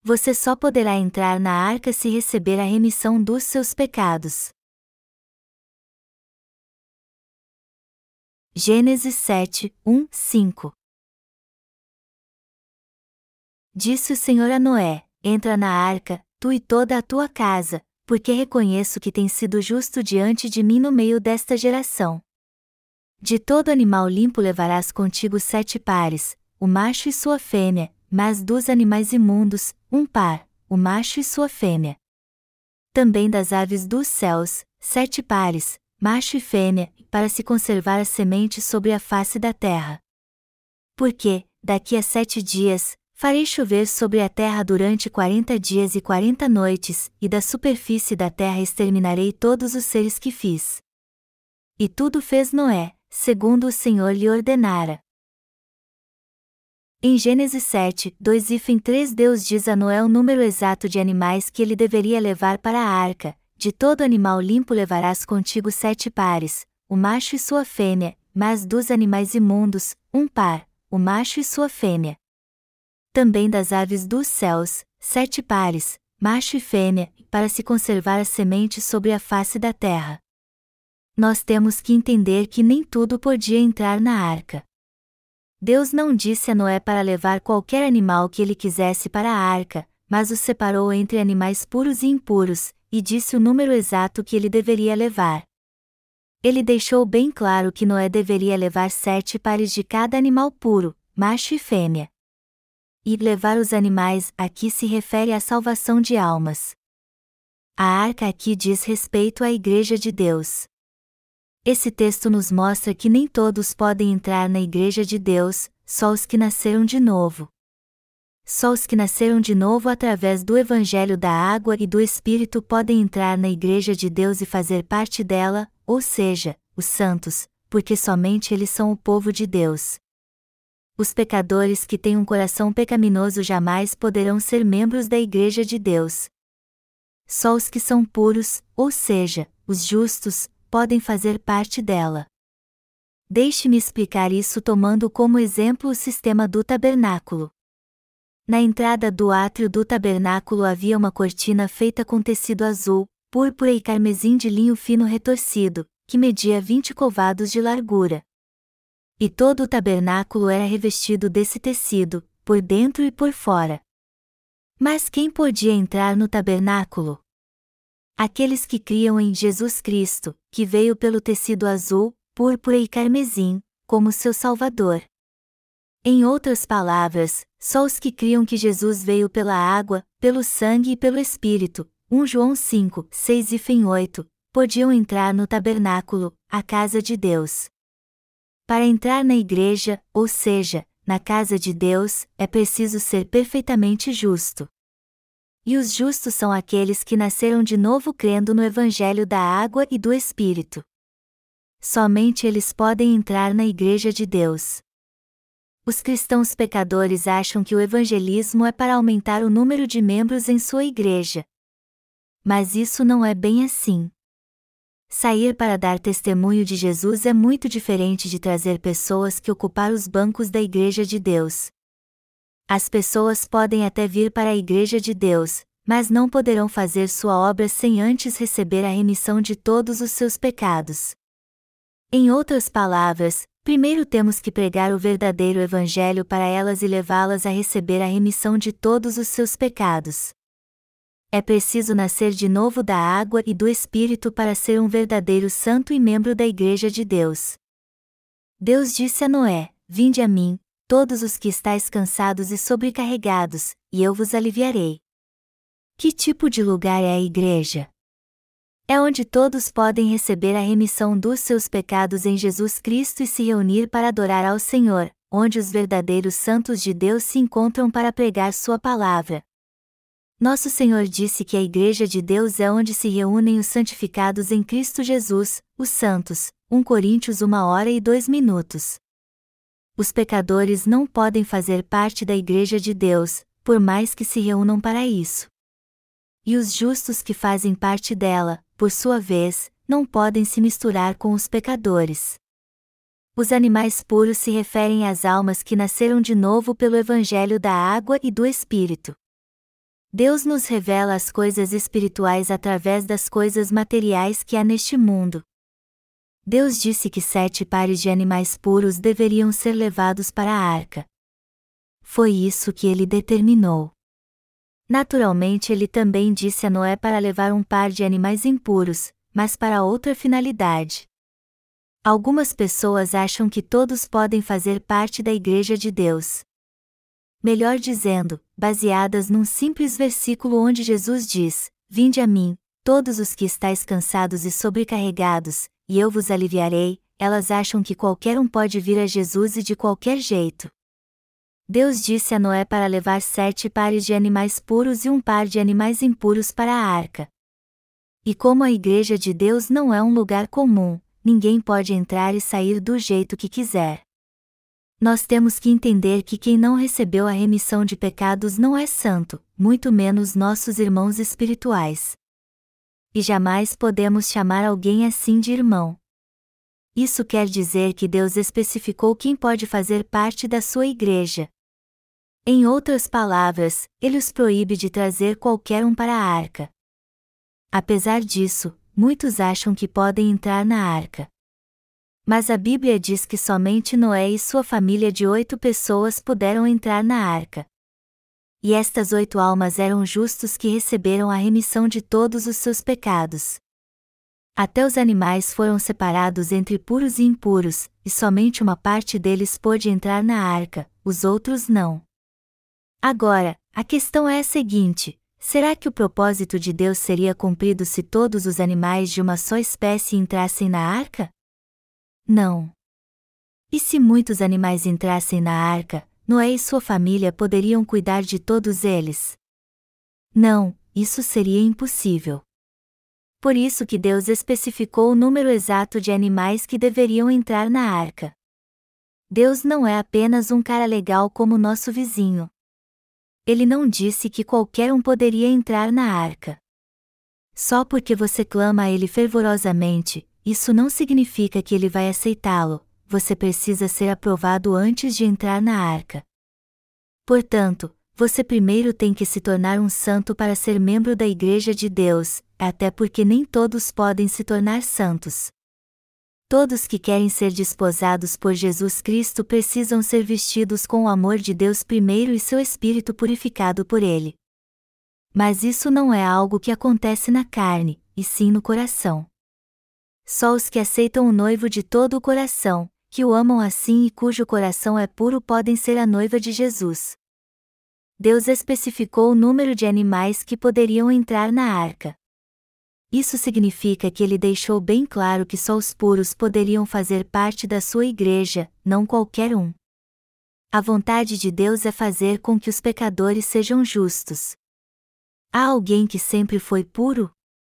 você só poderá entrar na arca se receber a remissão dos seus pecados. Gênesis 7, 1, 5. Disse o Senhor a Noé: entra na arca, tu e toda a tua casa, porque reconheço que tens sido justo diante de mim no meio desta geração. De todo animal limpo levarás contigo 7 pares, o macho e sua fêmea, mas dos animais imundos, 1 par, o macho e sua fêmea. Também das aves dos céus, 7 pares, macho e fêmea, para se conservar a semente sobre a face da terra. Porque, daqui a 7 dias, farei chover sobre a terra durante 40 dias e 40 noites, e da superfície da terra exterminarei todos os seres que fiz. E tudo fez Noé, segundo o Senhor lhe ordenara. Em Gênesis 7, 2 e 3 Deus diz a Noé o número exato de animais que ele deveria levar para a arca: de todo animal limpo levarás contigo 7 pares, o macho e sua fêmea, mas dos animais imundos, 1 par, o macho e sua fêmea. Também das aves dos céus, 7 pares, macho e fêmea, para se conservar a semente sobre a face da terra. Nós temos que entender que nem tudo podia entrar na arca. Deus não disse a Noé para levar qualquer animal que ele quisesse para a arca, mas o separou entre animais puros e impuros, e disse o número exato que ele deveria levar. Ele deixou bem claro que Noé deveria levar 7 pares de cada animal puro, macho e fêmea. E levar os animais aqui se refere à salvação de almas. A arca aqui diz respeito à Igreja de Deus. Esse texto nos mostra que nem todos podem entrar na Igreja de Deus, só os que nasceram de novo. Só os que nasceram de novo através do Evangelho da Água e do Espírito podem entrar na Igreja de Deus e fazer parte dela, ou seja, os santos, porque somente eles são o povo de Deus. Os pecadores que têm um coração pecaminoso jamais poderão ser membros da Igreja de Deus. Só os que são puros, ou seja, os justos, podem fazer parte dela. Deixe-me explicar isso tomando como exemplo o sistema do tabernáculo. Na entrada do átrio do tabernáculo havia uma cortina feita com tecido azul, púrpura e carmesim de linho fino retorcido, que media 20 covados de largura. E todo o tabernáculo era revestido desse tecido, por dentro e por fora. Mas quem podia entrar no tabernáculo? Aqueles que criam em Jesus Cristo, que veio pelo tecido azul, púrpura e carmesim, como seu Salvador. Em outras palavras, só os que criam que Jesus veio pela água, pelo sangue e pelo Espírito, 1 João 5, 6 e 8, podiam entrar no tabernáculo, a casa de Deus. Para entrar na igreja, ou seja, na casa de Deus, é preciso ser perfeitamente justo. E os justos são aqueles que nasceram de novo crendo no Evangelho da Água e do Espírito. Somente eles podem entrar na Igreja de Deus. Os cristãos pecadores acham que o evangelismo é para aumentar o número de membros em sua igreja. Mas isso não é bem assim. Sair para dar testemunho de Jesus é muito diferente de trazer pessoas que ocupar os bancos da Igreja de Deus. As pessoas podem até vir para a Igreja de Deus, mas não poderão fazer sua obra sem antes receber a remissão de todos os seus pecados. Em outras palavras, primeiro temos que pregar o verdadeiro Evangelho para elas e levá-las a receber a remissão de todos os seus pecados. É preciso nascer de novo da água e do Espírito para ser um verdadeiro santo e membro da Igreja de Deus. Deus disse a Noé: Vinde a mim, todos os que estáis cansados e sobrecarregados, e eu vos aliviarei. Que tipo de lugar é a igreja? É onde todos podem receber a remissão dos seus pecados em Jesus Cristo e se reunir para adorar ao Senhor, onde os verdadeiros santos de Deus se encontram para pregar sua palavra. Nosso Senhor disse que a Igreja de Deus é onde se reúnem os santificados em Cristo Jesus, os santos, 1 Coríntios 1h02. Os pecadores não podem fazer parte da Igreja de Deus, por mais que se reúnam para isso. E os justos que fazem parte dela, por sua vez, não podem se misturar com os pecadores. Os animais puros se referem às almas que nasceram de novo pelo Evangelho da Água e do Espírito. Deus nos revela as coisas espirituais através das coisas materiais que há neste mundo. Deus disse que 7 pares de animais puros deveriam ser levados para a arca. Foi isso que ele determinou. Naturalmente, ele também disse a Noé para levar um par de animais impuros, mas para outra finalidade. Algumas pessoas acham que todos podem fazer parte da Igreja de Deus. Melhor dizendo, baseadas num simples versículo onde Jesus diz: "Vinde a mim, todos os que estáis cansados e sobrecarregados, e eu vos aliviarei", elas acham que qualquer um pode vir a Jesus e de qualquer jeito. Deus disse a Noé para levar 7 pares de animais puros e um par de animais impuros para a arca. E como a Igreja de Deus não é um lugar comum, ninguém pode entrar e sair do jeito que quiser. Nós temos que entender que quem não recebeu a remissão de pecados não é santo, muito menos nossos irmãos espirituais. E jamais podemos chamar alguém assim de irmão. Isso quer dizer que Deus especificou quem pode fazer parte da sua igreja. Em outras palavras, Ele os proíbe de trazer qualquer um para a arca. Apesar disso, muitos acham que podem entrar na arca. Mas a Bíblia diz que somente Noé e sua família de 8 pessoas puderam entrar na arca. E estas 8 almas eram justos que receberam a remissão de todos os seus pecados. Até os animais foram separados entre puros e impuros, e somente uma parte deles pôde entrar na arca, os outros não. Agora, a questão é a seguinte: será que o propósito de Deus seria cumprido se todos os animais de uma só espécie entrassem na arca? Não. E se muitos animais entrassem na arca, Noé e sua família poderiam cuidar de todos eles? Não, isso seria impossível. Por isso que Deus especificou o número exato de animais que deveriam entrar na arca. Deus não é apenas um cara legal como nosso vizinho. Ele não disse que qualquer um poderia entrar na arca. Só porque você clama a Ele fervorosamente, isso não significa que Ele vai aceitá-lo, você precisa ser aprovado antes de entrar na arca. Portanto, você primeiro tem que se tornar um santo para ser membro da Igreja de Deus, até porque nem todos podem se tornar santos. Todos que querem ser desposados por Jesus Cristo precisam ser vestidos com o amor de Deus primeiro e seu espírito purificado por Ele. Mas isso não é algo que acontece na carne, e sim no coração. Só os que aceitam o noivo de todo o coração, que o amam assim e cujo coração é puro podem ser a noiva de Jesus. Deus especificou o número de animais que poderiam entrar na arca. Isso significa que Ele deixou bem claro que só os puros poderiam fazer parte da sua igreja, não qualquer um. A vontade de Deus é fazer com que os pecadores sejam justos. Há alguém que sempre foi puro?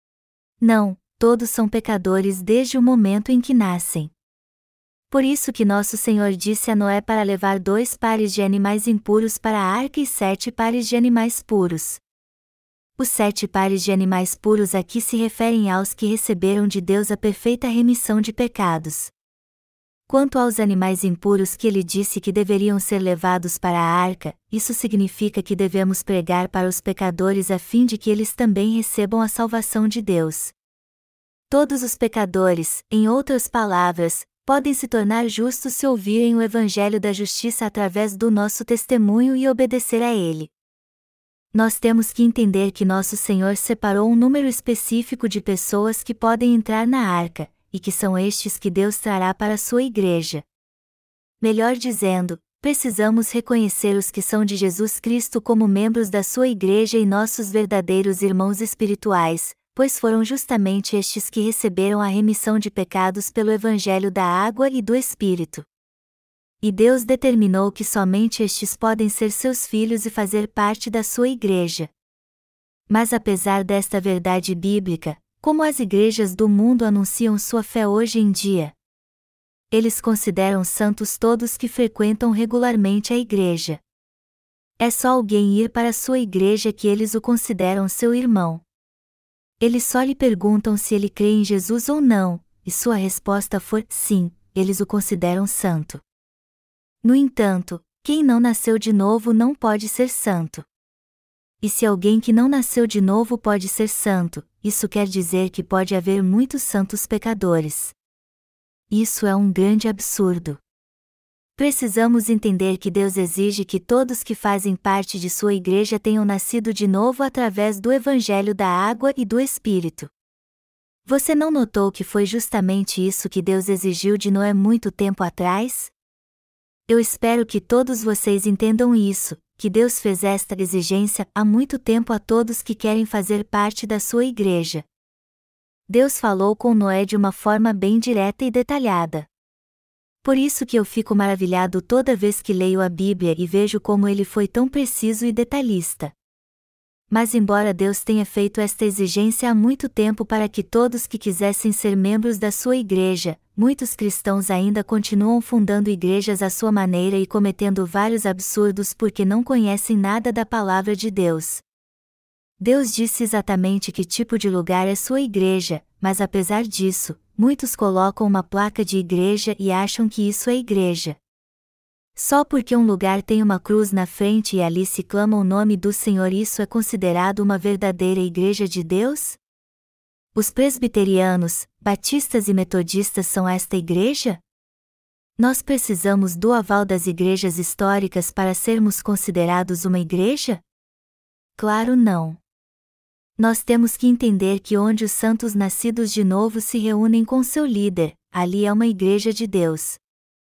Não, todos são pecadores desde o momento em que nascem. Por isso que nosso Senhor disse a Noé para levar 2 pares de animais impuros para a arca e 7 pares de animais puros. Os 7 pares de animais puros aqui se referem aos que receberam de Deus a perfeita remissão de pecados. Quanto aos animais impuros que ele disse que deveriam ser levados para a arca, isso significa que devemos pregar para os pecadores a fim de que eles também recebam a salvação de Deus. Todos os pecadores, em outras palavras, podem se tornar justos se ouvirem o Evangelho da Justiça através do nosso testemunho e obedecer a ele. Nós temos que entender que nosso Senhor separou um número específico de pessoas que podem entrar na arca, e que são estes que Deus trará para a sua igreja. Melhor dizendo, precisamos reconhecer os que são de Jesus Cristo como membros da sua igreja e nossos verdadeiros irmãos espirituais, pois foram justamente estes que receberam a remissão de pecados pelo Evangelho da água e do Espírito. E Deus determinou que somente estes podem ser seus filhos e fazer parte da sua igreja. Mas apesar desta verdade bíblica, como as igrejas do mundo anunciam sua fé hoje em dia? Eles consideram santos todos que frequentam regularmente a igreja. É só alguém ir para a sua igreja que eles o consideram seu irmão. Eles só lhe perguntam se ele crê em Jesus ou não, e sua resposta for sim, eles o consideram santo. No entanto, quem não nasceu de novo não pode ser santo. E se alguém que não nasceu de novo pode ser santo, isso quer dizer que pode haver muitos santos pecadores. Isso é um grande absurdo. Precisamos entender que Deus exige que todos que fazem parte de sua igreja tenham nascido de novo através do Evangelho da Água e do Espírito. Você não notou que foi justamente isso que Deus exigiu de Noé muito tempo atrás? Eu espero que todos vocês entendam isso, que Deus fez esta exigência há muito tempo a todos que querem fazer parte da sua igreja. Deus falou com Noé de uma forma bem direta e detalhada. Por isso que eu fico maravilhado toda vez que leio a Bíblia e vejo como ele foi tão preciso e detalhista. Mas embora Deus tenha feito esta exigência há muito tempo para que todos que quisessem ser membros da sua igreja, muitos cristãos ainda continuam fundando igrejas à sua maneira e cometendo vários absurdos porque não conhecem nada da palavra de Deus. Deus disse exatamente que tipo de lugar é sua igreja, mas apesar disso, muitos colocam uma placa de igreja e acham que isso é igreja. Só porque um lugar tem uma cruz na frente e ali se clama o nome do Senhor, isso é considerado uma verdadeira igreja de Deus? Os presbiterianos, batistas e metodistas são esta igreja? Nós precisamos do aval das igrejas históricas para sermos considerados uma igreja? Claro não. Nós temos que entender que onde os santos nascidos de novo se reúnem com seu líder, ali é uma igreja de Deus.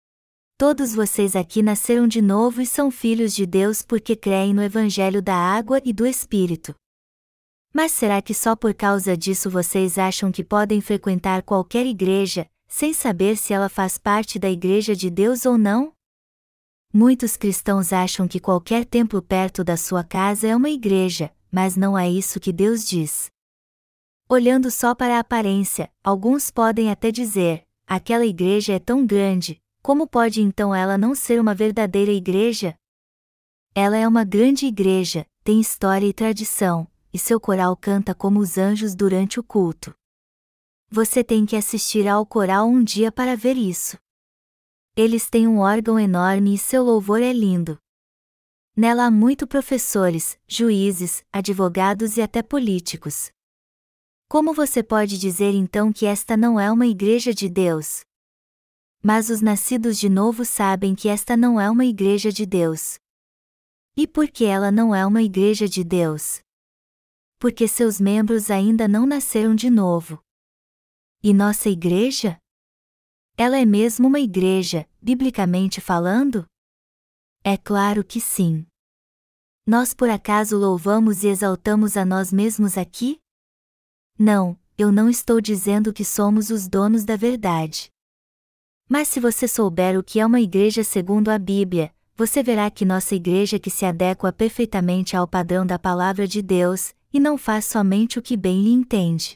Todos vocês aqui nasceram de novo e são filhos de Deus porque creem no Evangelho da Água e do Espírito. Mas será que só por causa disso vocês acham que podem frequentar qualquer igreja, sem saber se ela faz parte da igreja de Deus ou não? Muitos cristãos acham que qualquer templo perto da sua casa é uma igreja, mas não é isso que Deus diz. Olhando só para a aparência, alguns podem até dizer: aquela igreja é tão grande, como pode então ela não ser uma verdadeira igreja? Ela é uma grande igreja, tem história e tradição, e seu coral canta como os anjos durante o culto. Você tem que assistir ao coral um dia para ver isso. Eles têm um órgão enorme e seu louvor é lindo. Nela há muitos professores, juízes, advogados e até políticos. Como você pode dizer então que esta não é uma igreja de Deus? Mas os nascidos de novo sabem que esta não é uma igreja de Deus. E por que ela não é uma igreja de Deus? Porque seus membros ainda não nasceram de novo. E nossa igreja? Ela é mesmo uma igreja, biblicamente falando? É claro que sim. Nós por acaso louvamos e exaltamos a nós mesmos aqui? Não, eu não estou dizendo que somos os donos da verdade. Mas se você souber o que é uma igreja segundo a Bíblia, você verá que nossa igreja que se adequa perfeitamente ao padrão da palavra de Deus, e não faz somente o que bem lhe entende.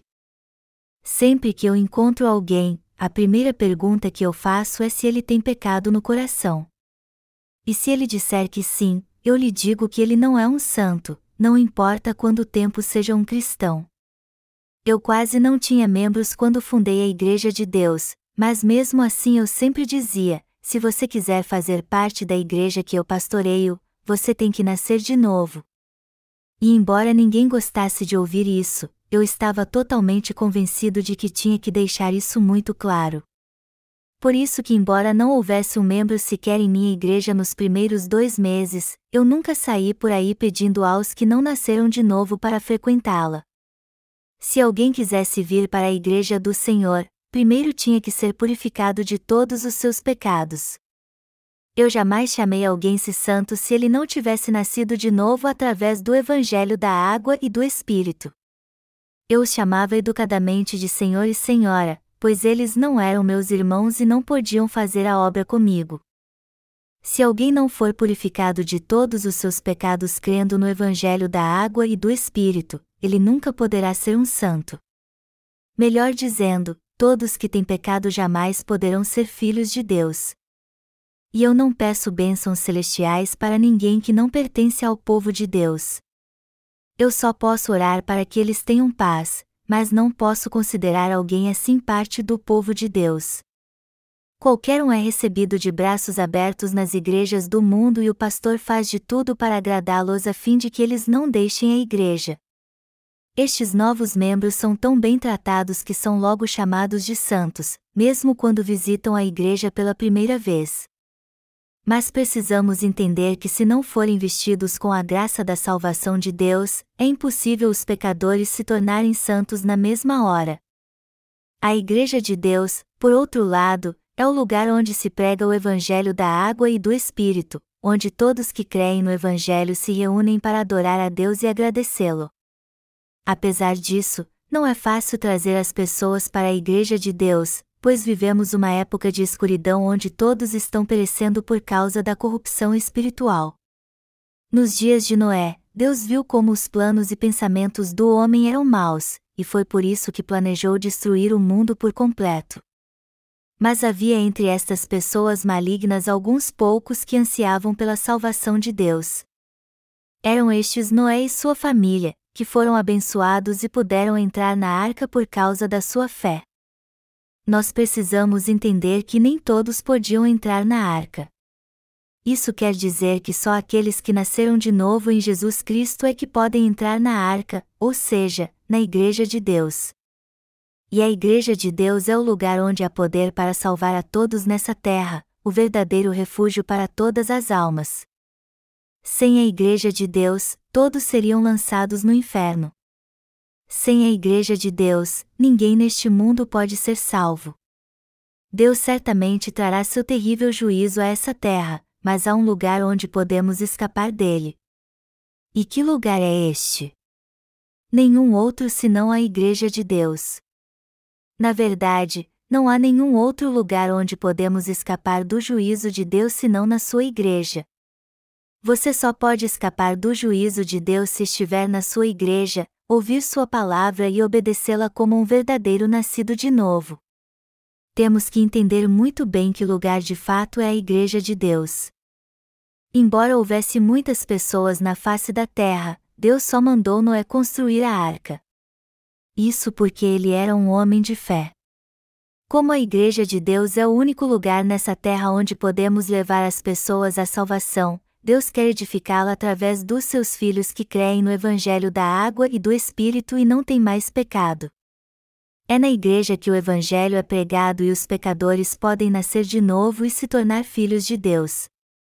Sempre que eu encontro alguém, a primeira pergunta que eu faço é se ele tem pecado no coração. E se ele disser que sim, eu lhe digo que ele não é um santo, não importa quanto tempo seja um cristão. Eu quase não tinha membros quando fundei a Igreja de Deus, mas mesmo assim eu sempre dizia: se você quiser fazer parte da igreja que eu pastoreio, você tem que nascer de novo. E embora ninguém gostasse de ouvir isso, eu estava totalmente convencido de que tinha que deixar isso muito claro. Por isso que embora não houvesse um membro sequer em minha igreja nos primeiros 2 meses, eu nunca saí por aí pedindo aos que não nasceram de novo para frequentá-la. Se alguém quisesse vir para a igreja do Senhor, primeiro tinha que ser purificado de todos os seus pecados. Eu jamais chamei alguém santo se ele não tivesse nascido de novo através do Evangelho da Água e do Espírito. Eu os chamava educadamente de Senhor e Senhora, pois eles não eram meus irmãos e não podiam fazer a obra comigo. Se alguém não for purificado de todos os seus pecados crendo no Evangelho da Água e do Espírito, ele nunca poderá ser um santo. Melhor dizendo, todos que têm pecado jamais poderão ser filhos de Deus. E eu não peço bênçãos celestiais para ninguém que não pertence ao povo de Deus. Eu só posso orar para que eles tenham paz, mas não posso considerar alguém assim parte do povo de Deus. Qualquer um é recebido de braços abertos nas igrejas do mundo e o pastor faz de tudo para agradá-los a fim de que eles não deixem a igreja. Estes novos membros são tão bem tratados que são logo chamados de santos, mesmo quando visitam a igreja pela primeira vez. Mas precisamos entender que se não forem vestidos com a graça da salvação de Deus, é impossível os pecadores se tornarem santos na mesma hora. A Igreja de Deus, por outro lado, é o lugar onde se prega o Evangelho da água e do Espírito, onde todos que creem no Evangelho se reúnem para adorar a Deus e agradecê-lo. Apesar disso, não é fácil trazer as pessoas para a Igreja de Deus, pois vivemos uma época de escuridão onde todos estão perecendo por causa da corrupção espiritual. Nos dias de Noé, Deus viu como os planos e pensamentos do homem eram maus, e foi por isso que planejou destruir o mundo por completo. Mas havia entre estas pessoas malignas alguns poucos que ansiavam pela salvação de Deus. Eram estes Noé e sua família, que foram abençoados e puderam entrar na arca por causa da sua fé. Nós precisamos entender que nem todos podiam entrar na arca. Isso quer dizer que só aqueles que nasceram de novo em Jesus Cristo é que podem entrar na arca, ou seja, na Igreja de Deus. E a Igreja de Deus é o lugar onde há poder para salvar a todos nessa terra, o verdadeiro refúgio para todas as almas. Sem a Igreja de Deus, todos seriam lançados no inferno. Sem a Igreja de Deus, ninguém neste mundo pode ser salvo. Deus certamente trará seu terrível juízo a essa terra, mas há um lugar onde podemos escapar dele. E que lugar é este? Nenhum outro senão a Igreja de Deus. Na verdade, não há nenhum outro lugar onde podemos escapar do juízo de Deus senão na sua igreja. Você só pode escapar do juízo de Deus se estiver na sua igreja, ouvir sua palavra e obedecê-la como um verdadeiro nascido de novo. Temos que entender muito bem que lugar de fato é a Igreja de Deus. Embora houvesse muitas pessoas na face da terra, Deus só mandou Noé construir a arca. Isso porque ele era um homem de fé. Como a Igreja de Deus é o único lugar nessa terra onde podemos levar as pessoas à salvação, Deus quer edificá-la através dos seus filhos que creem no Evangelho da água e do Espírito e não têm mais pecado. É na igreja que o Evangelho é pregado e os pecadores podem nascer de novo e se tornar filhos de Deus.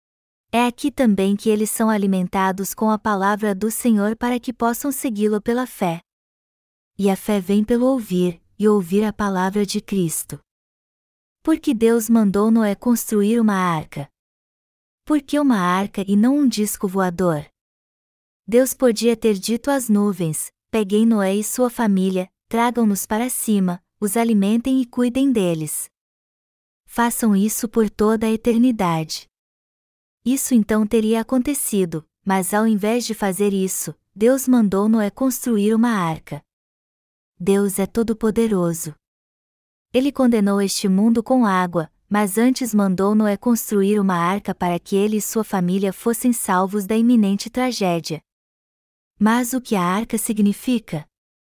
É aqui também que eles são alimentados com a palavra do Senhor para que possam segui-lo pela fé. E a fé vem pelo ouvir, e ouvir a palavra de Cristo. Porque Deus mandou Noé construir uma arca. Por que uma arca e não um disco voador? Deus podia ter dito às nuvens: peguem Noé e sua família, tragam-nos para cima, os alimentem e cuidem deles. Façam isso por toda a eternidade. Isso então teria acontecido, mas ao invés de fazer isso, Deus mandou Noé construir uma arca. Deus é todo-poderoso. Ele condenou este mundo com água, mas antes mandou Noé construir uma arca para que ele e sua família fossem salvos da iminente tragédia. Mas o que a arca significa?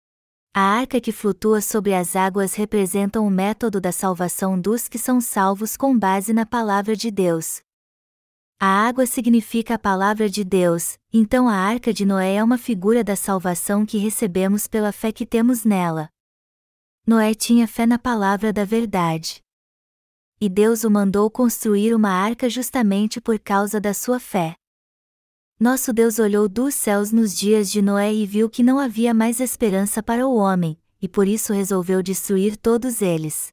A arca que flutua sobre as águas representa um método da salvação dos que são salvos com base na palavra de Deus. A água significa a palavra de Deus, então a arca de Noé é uma figura da salvação que recebemos pela fé que temos nela. Noé tinha fé na palavra da verdade. E Deus o mandou construir uma arca justamente por causa da sua fé. Nosso Deus olhou dos céus nos dias de Noé e viu que não havia mais esperança para o homem, e por isso resolveu destruir todos eles.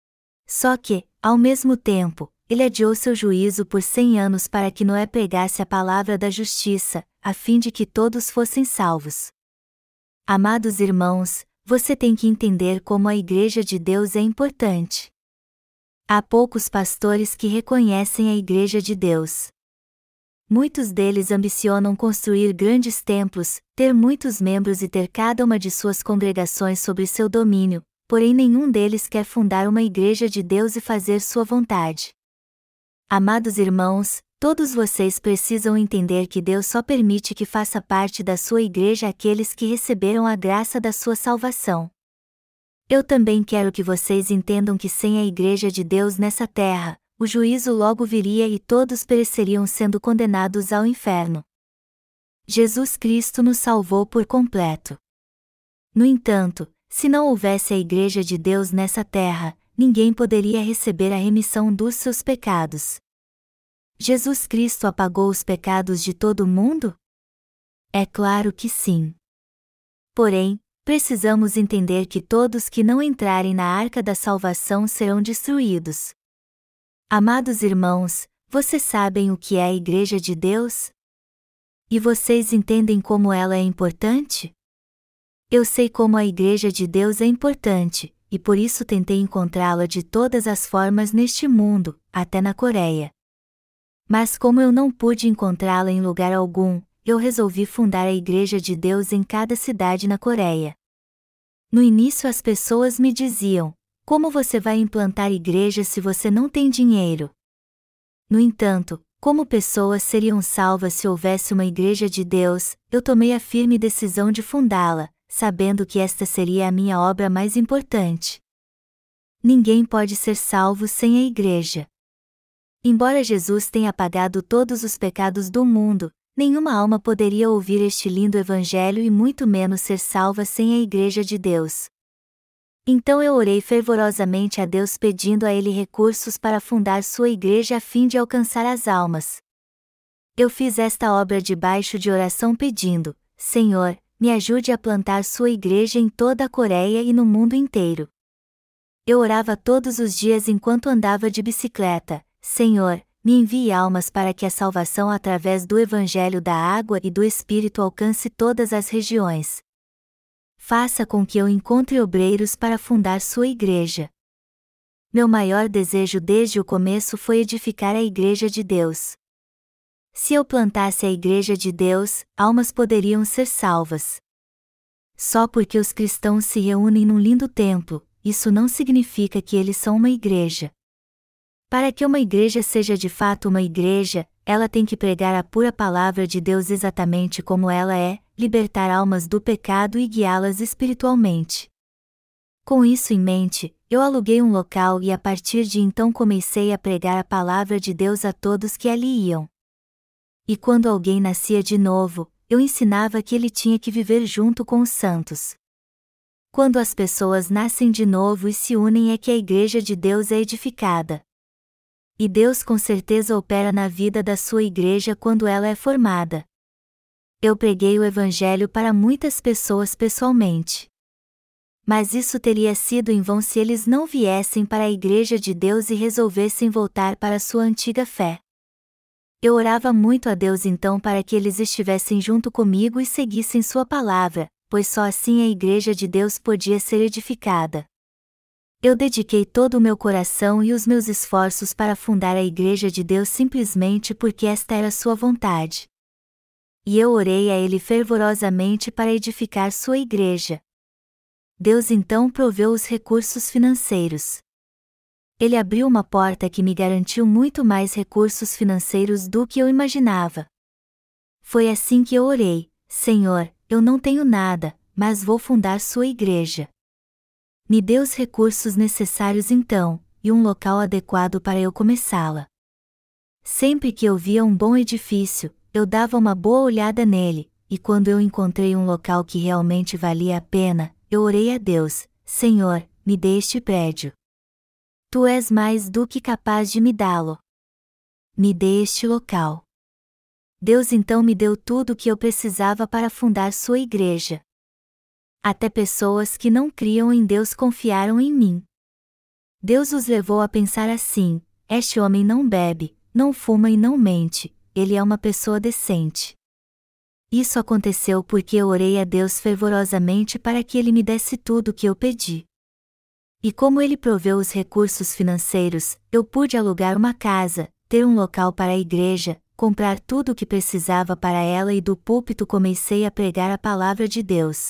Só que, ao mesmo tempo, ele adiou seu juízo por 100 anos para que Noé pregasse a palavra da justiça, a fim de que todos fossem salvos. Amados irmãos, você tem que entender como a Igreja de Deus é importante. Há poucos pastores que reconhecem a Igreja de Deus. Muitos deles ambicionam construir grandes templos, ter muitos membros e ter cada uma de suas congregações sob seu domínio, porém nenhum deles quer fundar uma Igreja de Deus e fazer sua vontade. Amados irmãos, todos vocês precisam entender que Deus só permite que faça parte da sua igreja aqueles que receberam a graça da sua salvação. Eu também quero que vocês entendam que sem a Igreja de Deus nessa terra, o juízo logo viria e todos pereceriam sendo condenados ao inferno. Jesus Cristo nos salvou por completo. No entanto, se não houvesse a Igreja de Deus nessa terra, ninguém poderia receber a remissão dos seus pecados. Jesus Cristo apagou os pecados de todo mundo? É claro que sim. Porém, precisamos entender que todos que não entrarem na arca da salvação serão destruídos. Amados irmãos, vocês sabem o que é a Igreja de Deus? E vocês entendem como ela é importante? Eu sei como a Igreja de Deus é importante, e por isso tentei encontrá-la de todas as formas neste mundo, até na Coreia. Mas como eu não pude encontrá-la em lugar algum, eu resolvi fundar a Igreja de Deus em cada cidade na Coreia. No início as pessoas me diziam: como você vai implantar igreja se você não tem dinheiro? No entanto, como pessoas seriam salvas se houvesse uma Igreja de Deus, eu tomei a firme decisão de fundá-la, sabendo que esta seria a minha obra mais importante. Ninguém pode ser salvo sem a Igreja. Embora Jesus tenha apagado todos os pecados do mundo, nenhuma alma poderia ouvir este lindo Evangelho e muito menos ser salva sem a Igreja de Deus. Então eu orei fervorosamente a Deus pedindo a Ele recursos para fundar sua igreja a fim de alcançar as almas. Eu fiz esta obra debaixo de oração pedindo: Senhor, me ajude a plantar sua igreja em toda a Coreia e no mundo inteiro. Eu orava todos os dias enquanto andava de bicicleta: Senhor, me envie almas para que a salvação através do Evangelho da água e do Espírito alcance todas as regiões. Faça com que eu encontre obreiros para fundar sua igreja. Meu maior desejo desde o começo foi edificar a Igreja de Deus. Se eu plantasse a Igreja de Deus, almas poderiam ser salvas. Só porque os cristãos se reúnem num lindo templo, isso não significa que eles são uma igreja. Para que uma igreja seja de fato uma igreja, ela tem que pregar a pura palavra de Deus exatamente como ela é, libertar almas do pecado e guiá-las espiritualmente. Com isso em mente, eu aluguei um local e a partir de então comecei a pregar a palavra de Deus a todos que ali iam. E quando alguém nascia de novo, eu ensinava que ele tinha que viver junto com os santos. Quando as pessoas nascem de novo e se unem é que a Igreja de Deus é edificada. E Deus com certeza opera na vida da sua igreja quando ela é formada. Eu preguei o Evangelho para muitas pessoas pessoalmente. Mas isso teria sido em vão se eles não viessem para a Igreja de Deus e resolvessem voltar para sua antiga fé. Eu orava muito a Deus então para que eles estivessem junto comigo e seguissem sua palavra, pois só assim a Igreja de Deus podia ser edificada. Eu dediquei todo o meu coração e os meus esforços para fundar a Igreja de Deus simplesmente porque esta era sua vontade. E eu orei a Ele fervorosamente para edificar sua igreja. Deus então proveu os recursos financeiros. Ele abriu uma porta que me garantiu muito mais recursos financeiros do que eu imaginava. Foi assim que eu orei: Senhor, eu não tenho nada, mas vou fundar sua igreja. Me dê os recursos necessários então, e um local adequado para eu começá-la. Sempre que eu via um bom edifício, eu dava uma boa olhada nele, e quando eu encontrei um local que realmente valia a pena, eu orei a Deus: Senhor, me dê este prédio. Tu és mais do que capaz de me dá-lo. Me dê este local. Deus então me deu tudo o que eu precisava para fundar sua igreja. Até pessoas que não criam em Deus confiaram em mim. Deus os levou a pensar assim: este homem não bebe, não fuma e não mente, ele é uma pessoa decente. Isso aconteceu porque eu orei a Deus fervorosamente para que Ele me desse tudo o que eu pedi. E como Ele proveu os recursos financeiros, eu pude alugar uma casa, ter um local para a igreja, comprar tudo o que precisava para ela e do púlpito comecei a pregar a palavra de Deus.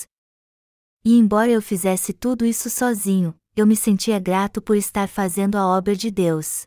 E embora eu fizesse tudo isso sozinho, eu me sentia grato por estar fazendo a obra de Deus.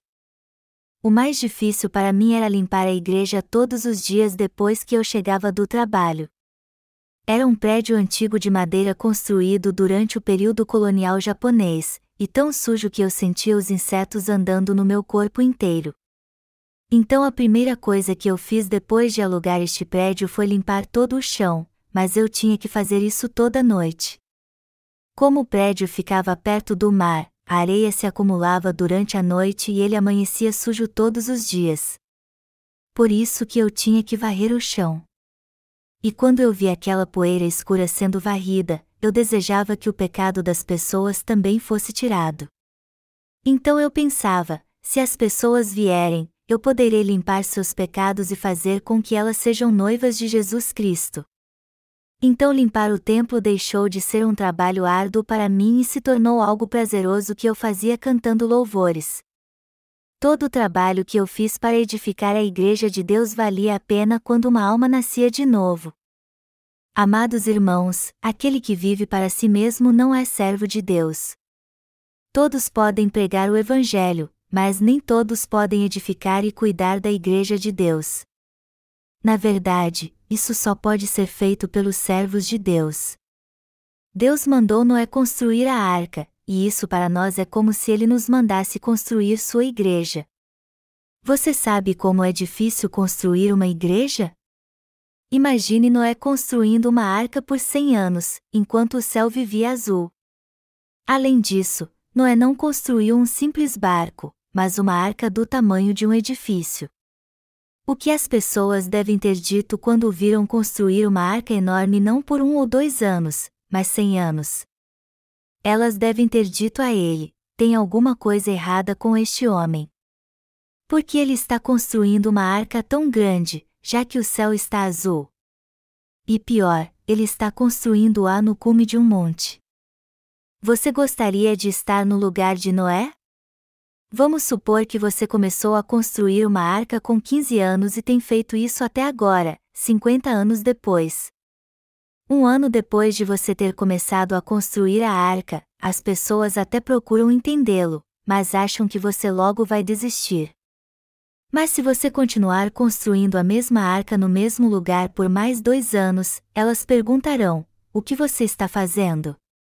O mais difícil para mim era limpar a igreja todos os dias depois que eu chegava do trabalho. Era um prédio antigo de madeira construído durante o período colonial japonês, e tão sujo que eu sentia os insetos andando no meu corpo inteiro. Então a primeira coisa que eu fiz depois de alugar este prédio foi limpar todo o chão, mas eu tinha que fazer isso toda noite. Como o prédio ficava perto do mar, a areia se acumulava durante a noite e ele amanhecia sujo todos os dias. Por isso que eu tinha que varrer o chão. E quando eu vi aquela poeira escura sendo varrida, eu desejava que o pecado das pessoas também fosse tirado. Então eu pensava, se as pessoas vierem, eu poderei limpar seus pecados e fazer com que elas sejam noivas de Jesus Cristo. Então limpar o templo deixou de ser um trabalho árduo para mim e se tornou algo prazeroso que eu fazia cantando louvores. Todo o trabalho que eu fiz para edificar a Igreja de Deus valia a pena quando uma alma nascia de novo. Amados irmãos, aquele que vive para si mesmo não é servo de Deus. Todos podem pregar o Evangelho, mas nem todos podem edificar e cuidar da Igreja de Deus. Na verdade, isso só pode ser feito pelos servos de Deus. Deus mandou Noé construir a arca, e isso para nós é como se ele nos mandasse construir sua igreja. Você sabe como é difícil construir uma igreja? Imagine Noé construindo uma arca por 100 anos, enquanto o céu vivia azul. Além disso, Noé não construiu um simples barco, mas uma arca do tamanho de um edifício. O que as pessoas devem ter dito quando viram construir uma arca enorme não por 1 ou 2 anos, mas 100 anos? Elas devem ter dito a ele: tem alguma coisa errada com este homem. Por que ele está construindo uma arca tão grande, já que o céu está azul? E pior, ele está construindo-a no cume de um monte. Você gostaria de estar no lugar de Noé? Vamos supor que você começou a construir uma arca com 15 anos e tem feito isso até agora, 50 anos depois. 1 ano depois de você ter começado a construir a arca, as pessoas até procuram entendê-lo, mas acham que você logo vai desistir. Mas se você continuar construindo a mesma arca no mesmo lugar por mais 2 anos, elas perguntarão: o que você está fazendo?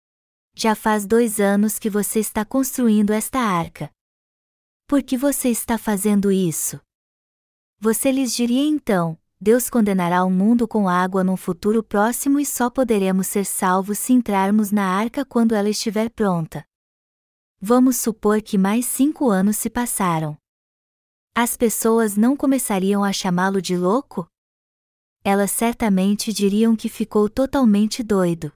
Já faz 2 anos que você está construindo esta arca. Por que você está fazendo isso? Você lhes diria então: Deus condenará o mundo com água num futuro próximo e só poderemos ser salvos se entrarmos na arca quando ela estiver pronta. Vamos supor que mais 5 anos se passaram. As pessoas não começariam a chamá-lo de louco? Elas certamente diriam que ficou totalmente doido.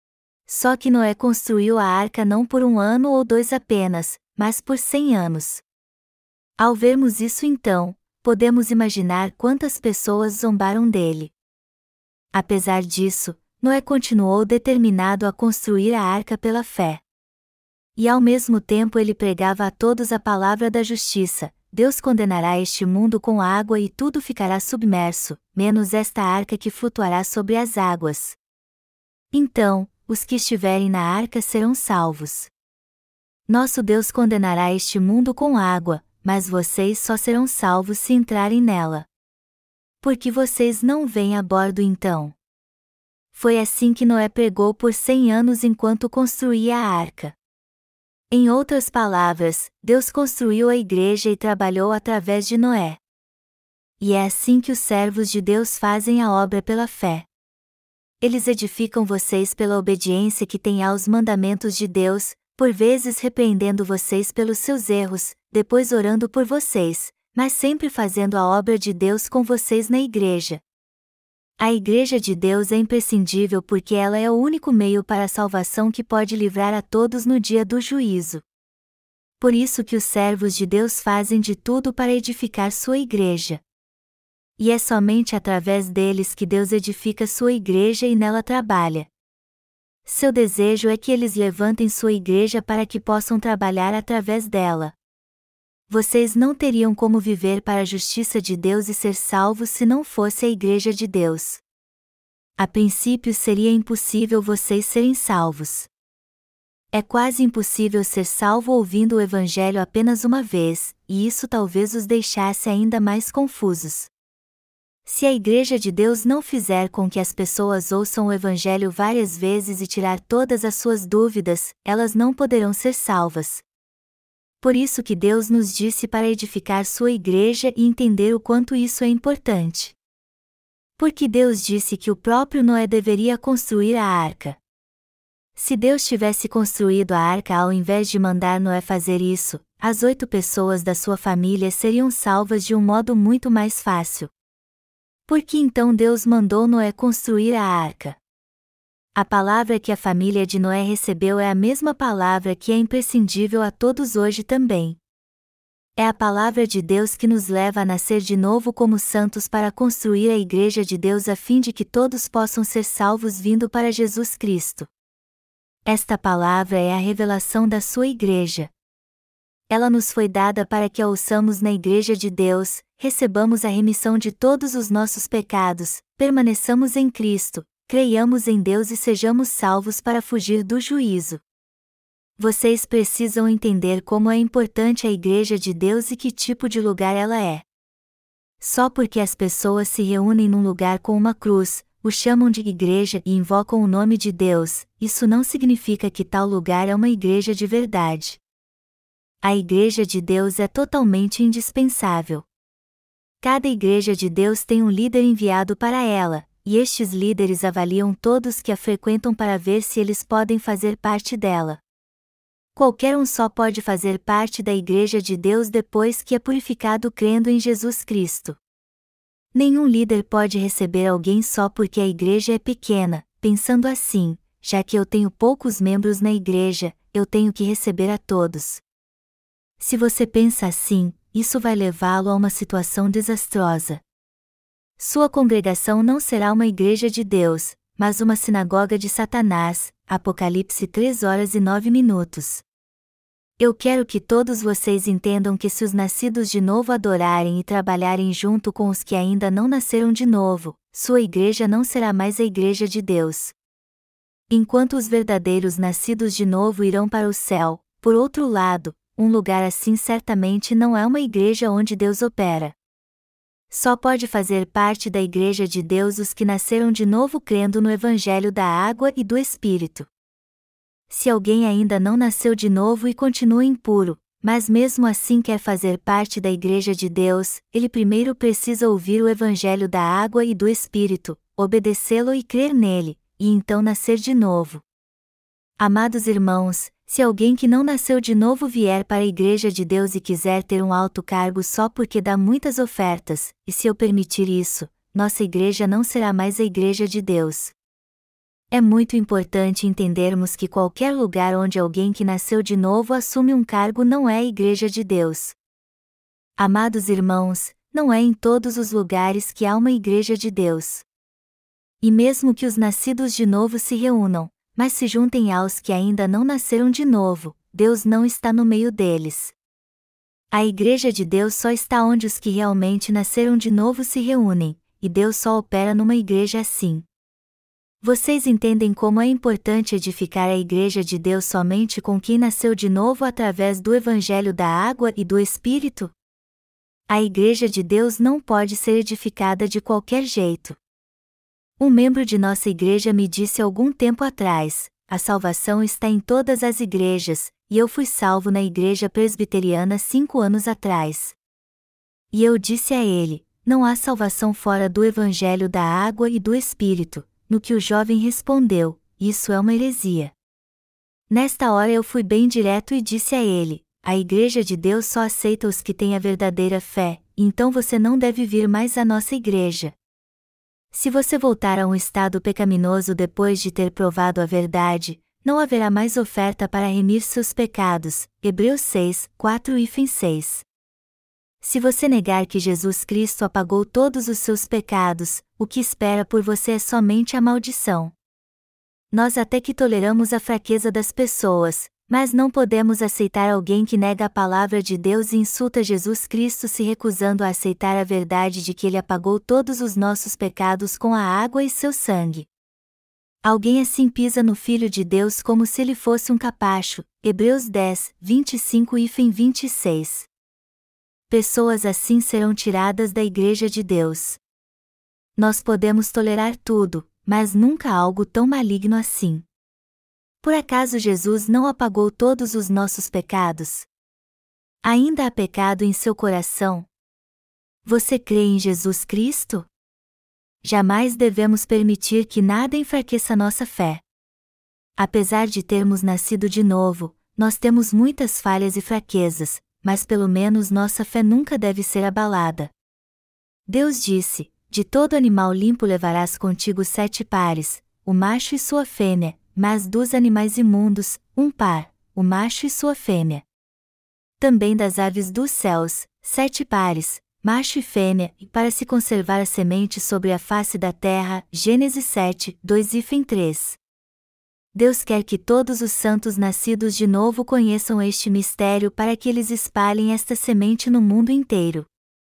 Só que Noé construiu a arca não por 1 ano ou 2 apenas, mas por 100 anos. Ao vermos isso então, podemos imaginar quantas pessoas zombaram dele. Apesar disso, Noé continuou determinado a construir a arca pela fé. E ao mesmo tempo ele pregava a todos a palavra da justiça: Deus condenará este mundo com água e tudo ficará submerso, menos esta arca que flutuará sobre as águas. Então, os que estiverem na arca serão salvos. Nosso Deus condenará este mundo com água, mas vocês só serão salvos se entrarem nela. Por que vocês não vêm a bordo então? Foi assim que Noé pregou por 100 anos enquanto construía a arca. Em outras palavras, Deus construiu a igreja e trabalhou através de Noé. E é assim que os servos de Deus fazem a obra pela fé. Eles edificam vocês pela obediência que têm aos mandamentos de Deus, por vezes repreendendo vocês pelos seus erros, depois orando por vocês, mas sempre fazendo a obra de Deus com vocês na igreja. A Igreja de Deus é imprescindível porque ela é o único meio para a salvação que pode livrar a todos no dia do juízo. Por isso que os servos de Deus fazem de tudo para edificar sua igreja. E é somente através deles que Deus edifica sua igreja e nela trabalha. Seu desejo é que eles levantem sua igreja para que possam trabalhar através dela. Vocês não teriam como viver para a justiça de Deus e ser salvos se não fosse a Igreja de Deus. A princípio seria impossível vocês serem salvos. É quase impossível ser salvo ouvindo o Evangelho apenas uma vez, e isso talvez os deixasse ainda mais confusos. Se a Igreja de Deus não fizer com que as pessoas ouçam o Evangelho várias vezes e tirar todas as suas dúvidas, elas não poderão ser salvas. Por isso que Deus nos disse para edificar sua Igreja e entender o quanto isso é importante. Porque Deus disse que o próprio Noé deveria construir a arca. Se Deus tivesse construído a arca ao invés de mandar Noé fazer isso, as 8 pessoas da sua família seriam salvas de um modo muito mais fácil. Por que então Deus mandou Noé construir a arca? A palavra que a família de Noé recebeu é a mesma palavra que é imprescindível a todos hoje também. É a palavra de Deus que nos leva a nascer de novo como santos para construir a Igreja de Deus a fim de que todos possam ser salvos vindo para Jesus Cristo. Esta palavra é a revelação da sua Igreja. Ela nos foi dada para que a ouçamos na Igreja de Deus, recebamos a remissão de todos os nossos pecados, permaneçamos em Cristo, creiamos em Deus e sejamos salvos para fugir do juízo. Vocês precisam entender como é importante a Igreja de Deus e que tipo de lugar ela é. Só porque as pessoas se reúnem num lugar com uma cruz, o chamam de igreja e invocam o nome de Deus, isso não significa que tal lugar é uma igreja de verdade. A Igreja de Deus é totalmente indispensável. Cada Igreja de Deus tem um líder enviado para ela, e estes líderes avaliam todos que a frequentam para ver se eles podem fazer parte dela. Qualquer um só pode fazer parte da Igreja de Deus depois que é purificado crendo em Jesus Cristo. Nenhum líder pode receber alguém só porque a igreja é pequena, pensando assim, já que eu tenho poucos membros na igreja, eu tenho que receber a todos. Se você pensa assim, isso vai levá-lo a uma situação desastrosa. Sua congregação não será uma igreja de Deus, mas uma sinagoga de Satanás. Apocalipse 3:09. Eu quero que todos vocês entendam que se os nascidos de novo adorarem e trabalharem junto com os que ainda não nasceram de novo, sua igreja não será mais a igreja de Deus. Enquanto os verdadeiros nascidos de novo irão para o céu, por outro lado, um lugar assim certamente não é uma igreja onde Deus opera. Só pode fazer parte da igreja de Deus os que nasceram de novo crendo no Evangelho da água e do Espírito. Se alguém ainda não nasceu de novo e continua impuro, mas mesmo assim quer fazer parte da Igreja de Deus, ele primeiro precisa ouvir o Evangelho da água e do Espírito, obedecê-lo e crer nele, e então nascer de novo. Amados irmãos, se alguém que não nasceu de novo vier para a Igreja de Deus e quiser ter um alto cargo só porque dá muitas ofertas, e se eu permitir isso, nossa igreja não será mais a Igreja de Deus. É muito importante entendermos que qualquer lugar onde alguém que nasceu de novo assume um cargo não é a Igreja de Deus. Amados irmãos, não é em todos os lugares que há uma Igreja de Deus. E mesmo que os nascidos de novo se reúnam, mas se juntem aos que ainda não nasceram de novo, Deus não está no meio deles. A Igreja de Deus só está onde os que realmente nasceram de novo se reúnem, e Deus só opera numa igreja assim. Vocês entendem como é importante edificar a Igreja de Deus somente com quem nasceu de novo através do Evangelho da água e do Espírito? A Igreja de Deus não pode ser edificada de qualquer jeito. Um membro de nossa igreja me disse algum tempo atrás: a salvação está em todas as igrejas, e eu fui salvo na igreja presbiteriana 5 anos atrás. E eu disse a ele: não há salvação fora do Evangelho da água e do Espírito. No que o jovem respondeu: isso é uma heresia. Nesta hora eu fui bem direto e disse a ele: a Igreja de Deus só aceita os que têm a verdadeira fé, então você não deve vir mais à nossa igreja. Se você voltar a um estado pecaminoso depois de ter provado a verdade, não haverá mais oferta para remir seus pecados. Hebreus 6:4-6. Se você negar que Jesus Cristo apagou todos os seus pecados, o que espera por você é somente a maldição. Nós até que toleramos a fraqueza das pessoas, mas não podemos aceitar alguém que nega a palavra de Deus e insulta Jesus Cristo se recusando a aceitar a verdade de que Ele apagou todos os nossos pecados com a água e seu sangue. Alguém assim pisa no Filho de Deus como se ele fosse um capacho. Hebreus 10:25-26. Pessoas assim serão tiradas da Igreja de Deus. Nós podemos tolerar tudo, mas nunca algo tão maligno assim. Por acaso Jesus não apagou todos os nossos pecados? Ainda há pecado em seu coração? Você crê em Jesus Cristo? Jamais devemos permitir que nada enfraqueça nossa fé. Apesar de termos nascido de novo, nós temos muitas falhas e fraquezas, mas pelo menos nossa fé nunca deve ser abalada. Deus disse: de todo animal limpo levarás contigo 7 pares, o macho e sua fêmea, mas dos animais imundos, 1 par, o macho e sua fêmea. Também das aves dos céus, 7 pares, macho e fêmea, e para se conservar a semente sobre a face da terra. Gênesis 7, 2-3. Deus quer que todos os santos nascidos de novo conheçam este mistério para que eles espalhem esta semente no mundo inteiro.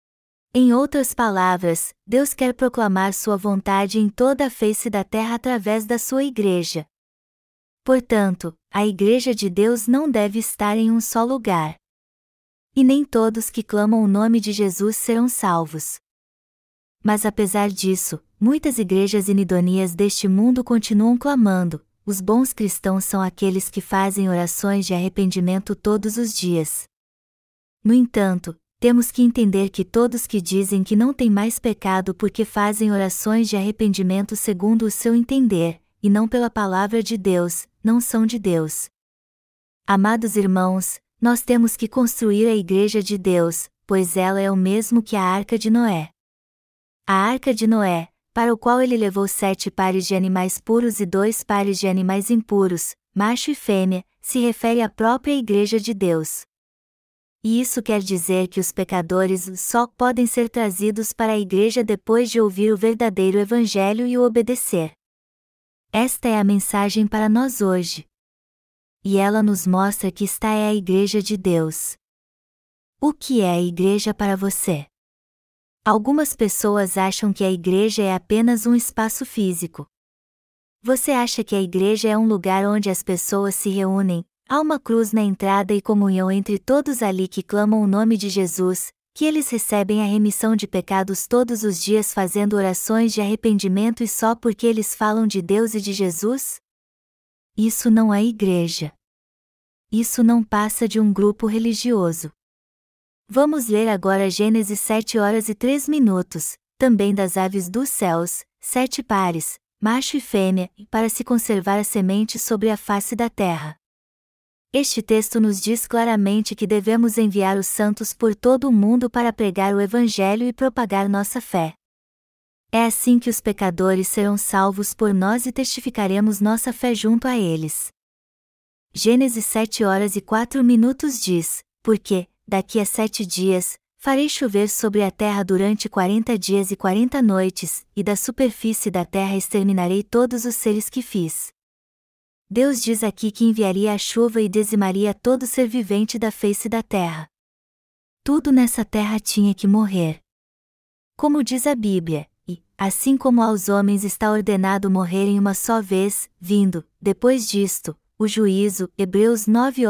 Em outras palavras, Deus quer proclamar sua vontade em toda a face da terra através da sua igreja. Portanto, a igreja de Deus não deve estar em um só lugar. E nem todos que clamam o nome de Jesus serão salvos. Mas apesar disso, muitas igrejas inidôneas deste mundo continuam clamando. Os bons cristãos são aqueles que fazem orações de arrependimento todos os dias. No entanto, temos que entender que todos que dizem que não têm mais pecado porque fazem orações de arrependimento segundo o seu entender, e não pela palavra de Deus, não são de Deus. Amados irmãos, nós temos que construir a igreja de Deus, pois ela é o mesmo que a arca de Noé. A arca de Noé, para o qual ele levou 7 pares de animais puros e 2 pares de animais impuros, macho e fêmea, se refere à própria igreja de Deus. E isso quer dizer que os pecadores só podem ser trazidos para a igreja depois de ouvir o verdadeiro evangelho e o obedecer. Esta é a mensagem para nós hoje. E ela nos mostra que esta é a igreja de Deus. O que é a igreja para você? Algumas pessoas acham que a igreja é apenas um espaço físico. Você acha que a igreja é um lugar onde as pessoas se reúnem, há uma cruz na entrada e comunhão entre todos ali que clamam o nome de Jesus, que eles recebem a remissão de pecados todos os dias fazendo orações de arrependimento e só porque eles falam de Deus e de Jesus? Isso não é igreja. Isso não passa de um grupo religioso. Vamos ler agora Gênesis 7:03, também das aves dos céus, 7 pares, macho e fêmea, para se conservar a semente sobre a face da terra. Este texto nos diz claramente que devemos enviar os santos por todo o mundo para pregar o Evangelho e propagar nossa fé. É assim que os pecadores serão salvos por nós e testificaremos nossa fé junto a eles. Gênesis 7:04 diz: porque, daqui a 7 dias, farei chover sobre a terra durante 40 dias e 40 noites, e da superfície da terra exterminarei todos os seres que fiz. Deus diz aqui que enviaria a chuva e dizimaria todo ser vivente da face da terra. Tudo nessa terra tinha que morrer. Como diz a Bíblia, e, assim como aos homens está ordenado morrerem uma só vez, vindo, depois disto, o juízo. Hebreus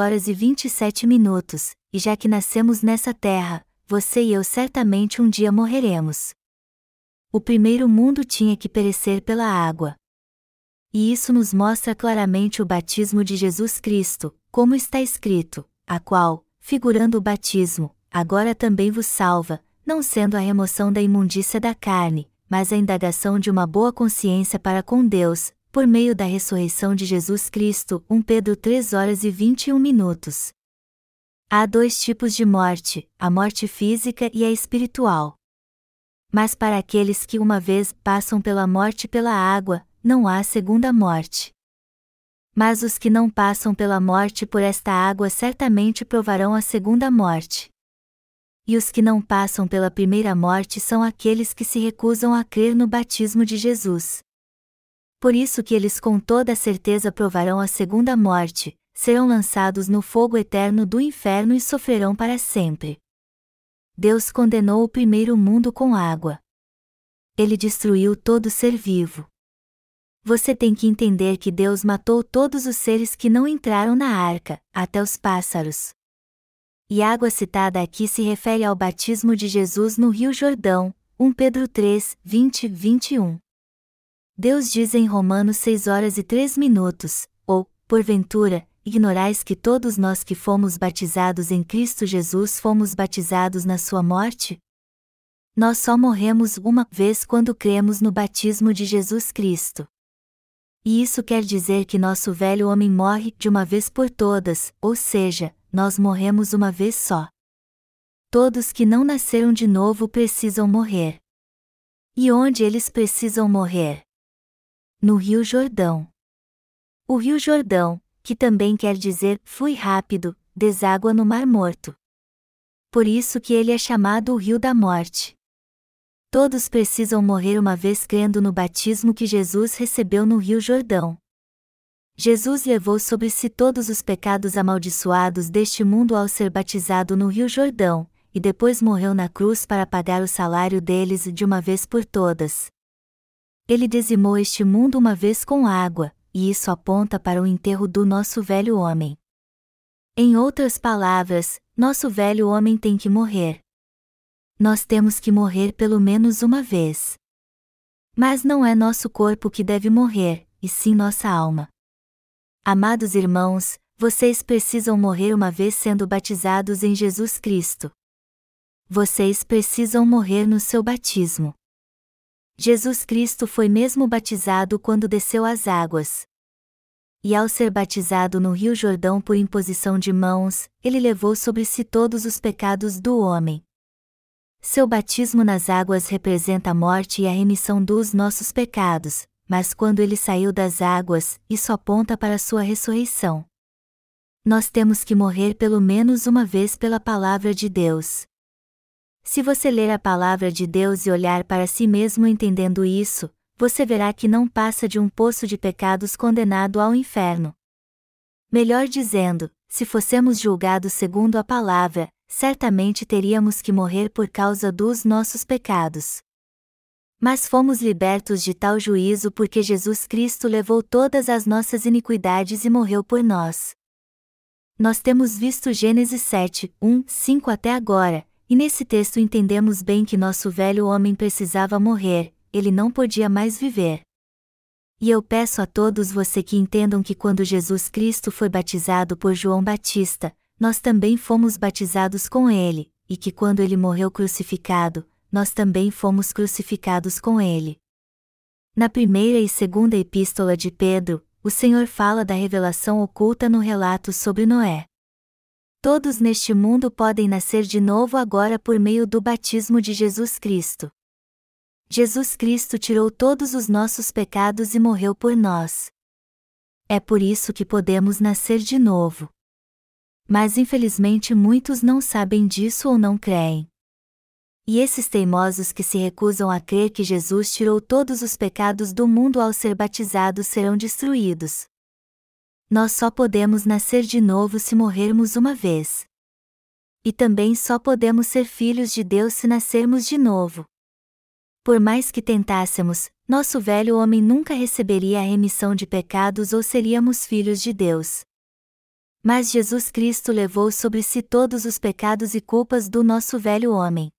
9:27, e já que nascemos nessa terra, você e eu certamente um dia morreremos. O primeiro mundo tinha que perecer pela água. E isso nos mostra claramente o batismo de Jesus Cristo, como está escrito, a qual, figurando o batismo, agora também vos salva, não sendo a remoção da imundícia da carne, mas a indagação de uma boa consciência para com Deus, por meio da ressurreição de Jesus Cristo. 1 Pedro 3:21. Há 2 tipos de morte, a morte física e a espiritual. Mas para aqueles que uma vez passam pela morte pela água, não há segunda morte. Mas os que não passam pela morte por esta água certamente provarão a segunda morte. E os que não passam pela primeira morte são aqueles que se recusam a crer no batismo de Jesus. Por isso que eles com toda certeza provarão a segunda morte, serão lançados no fogo eterno do inferno e sofrerão para sempre. Deus condenou o primeiro mundo com água. Ele destruiu todo ser vivo. Você tem que entender que Deus matou todos os seres que não entraram na arca, até os pássaros. E a água citada aqui se refere ao batismo de Jesus no Rio Jordão, 1 Pedro 3, 20, 21. Deus diz em Romanos 6 horas e 3 minutos, ou, porventura, ignorais que todos nós que fomos batizados em Cristo Jesus fomos batizados na sua morte? Nós só morremos uma vez quando cremos no batismo de Jesus Cristo. E isso quer dizer que nosso velho homem morre de uma vez por todas, ou seja, nós morremos uma vez só. Todos que não nasceram de novo precisam morrer. E onde eles precisam morrer? No Rio Jordão. O Rio Jordão, que também quer dizer flui rápido, deságua no Mar Morto. Por isso que ele é chamado o Rio da Morte. Todos precisam morrer uma vez crendo no batismo que Jesus recebeu no Rio Jordão. Jesus levou sobre si todos os pecados amaldiçoados deste mundo ao ser batizado no Rio Jordão, e depois morreu na cruz para pagar o salário deles de uma vez por todas. Ele dizimou este mundo uma vez com água, e isso aponta para o enterro do nosso velho homem. Em outras palavras, nosso velho homem tem que morrer. Nós temos que morrer pelo menos uma vez. Mas não é nosso corpo que deve morrer, e sim nossa alma. Amados irmãos, vocês precisam morrer uma vez sendo batizados em Jesus Cristo. Vocês precisam morrer no seu batismo. Jesus Cristo foi mesmo batizado quando desceu às águas. E ao ser batizado no Rio Jordão por imposição de mãos, ele levou sobre si todos os pecados do homem. Seu batismo nas águas representa a morte e a remissão dos nossos pecados, mas quando ele saiu das águas, isso aponta para sua ressurreição. Nós temos que morrer pelo menos uma vez pela palavra de Deus. Se você ler a palavra de Deus e olhar para si mesmo entendendo isso, você verá que não passa de um poço de pecados condenado ao inferno. Melhor dizendo, se fossemos julgados segundo a palavra, certamente teríamos que morrer por causa dos nossos pecados. Mas fomos libertos de tal juízo porque Jesus Cristo levou todas as nossas iniquidades e morreu por nós. Nós temos visto Gênesis 7, 1, 5 até agora, e nesse texto entendemos bem que nosso velho homem precisava morrer, ele não podia mais viver. E eu peço a todos vocês que entendam que quando Jesus Cristo foi batizado por João Batista, nós também fomos batizados com ele, e que quando ele morreu crucificado, nós também fomos crucificados com ele. Na primeira e segunda epístola de Pedro, o Senhor fala da revelação oculta no relato sobre Noé. Todos neste mundo podem nascer de novo agora por meio do batismo de Jesus Cristo. Jesus Cristo tirou todos os nossos pecados e morreu por nós. É por isso que podemos nascer de novo. Mas infelizmente muitos não sabem disso ou não creem. E esses teimosos que se recusam a crer que Jesus tirou todos os pecados do mundo ao ser batizados serão destruídos. Nós só podemos nascer de novo se morrermos uma vez. E também só podemos ser filhos de Deus se nascermos de novo. Por mais que tentássemos, nosso velho homem nunca receberia a remissão de pecados ou seríamos filhos de Deus. Mas Jesus Cristo levou sobre si todos os pecados e culpas do nosso velho homem.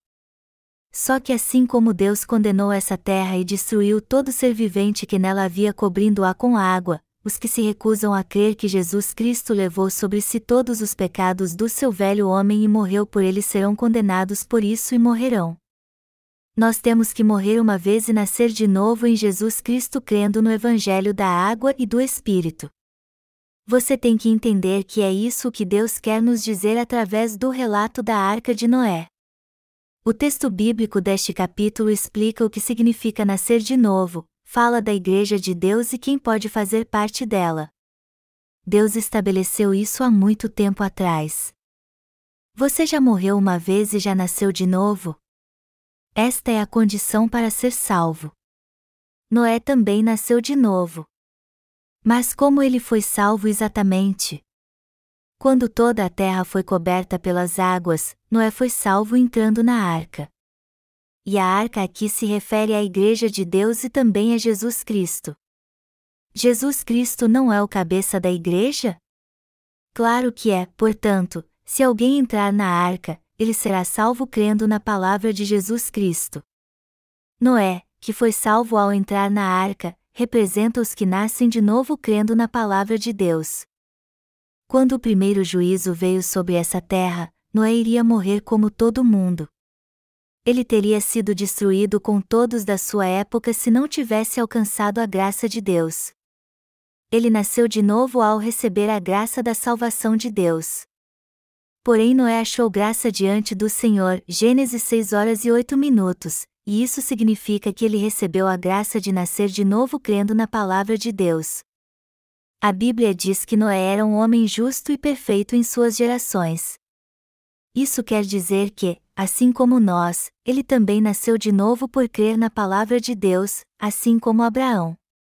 Só que assim como Deus condenou essa terra e destruiu todo ser vivente que nela havia cobrindo-a com água, os que se recusam a crer que Jesus Cristo levou sobre si todos os pecados do seu velho homem e morreu por eles serão condenados por isso e morrerão. Nós temos que morrer uma vez e nascer de novo em Jesus Cristo crendo no Evangelho da água e do Espírito. Você tem que entender que é isso o que Deus quer nos dizer através do relato da Arca de Noé. O texto bíblico deste capítulo explica o que significa nascer de novo, fala da Igreja de Deus e quem pode fazer parte dela. Deus estabeleceu isso há muito tempo atrás. Você já morreu uma vez e já nasceu de novo? Esta é a condição para ser salvo. Noé também nasceu de novo. Mas como ele foi salvo exatamente? Quando toda a terra foi coberta pelas águas, Noé foi salvo entrando na arca. E a arca aqui se refere à Igreja de Deus e também a Jesus Cristo. Jesus Cristo não é o cabeça da Igreja? Claro que é, portanto, se alguém entrar na arca, ele será salvo crendo na palavra de Jesus Cristo. Noé, que foi salvo ao entrar na arca, representa os que nascem de novo crendo na palavra de Deus. Quando o primeiro juízo veio sobre essa terra, Noé iria morrer como todo mundo. Ele teria sido destruído com todos da sua época se não tivesse alcançado a graça de Deus. Ele nasceu de novo ao receber a graça da salvação de Deus. Porém Noé achou graça diante do Senhor, Gênesis 6:08, e isso significa que ele recebeu a graça de nascer de novo crendo na palavra de Deus. A Bíblia diz que Noé era um homem justo e perfeito em suas gerações. Isso quer dizer que, assim como nós, ele também nasceu de novo por crer na palavra de Deus, assim como Abraão.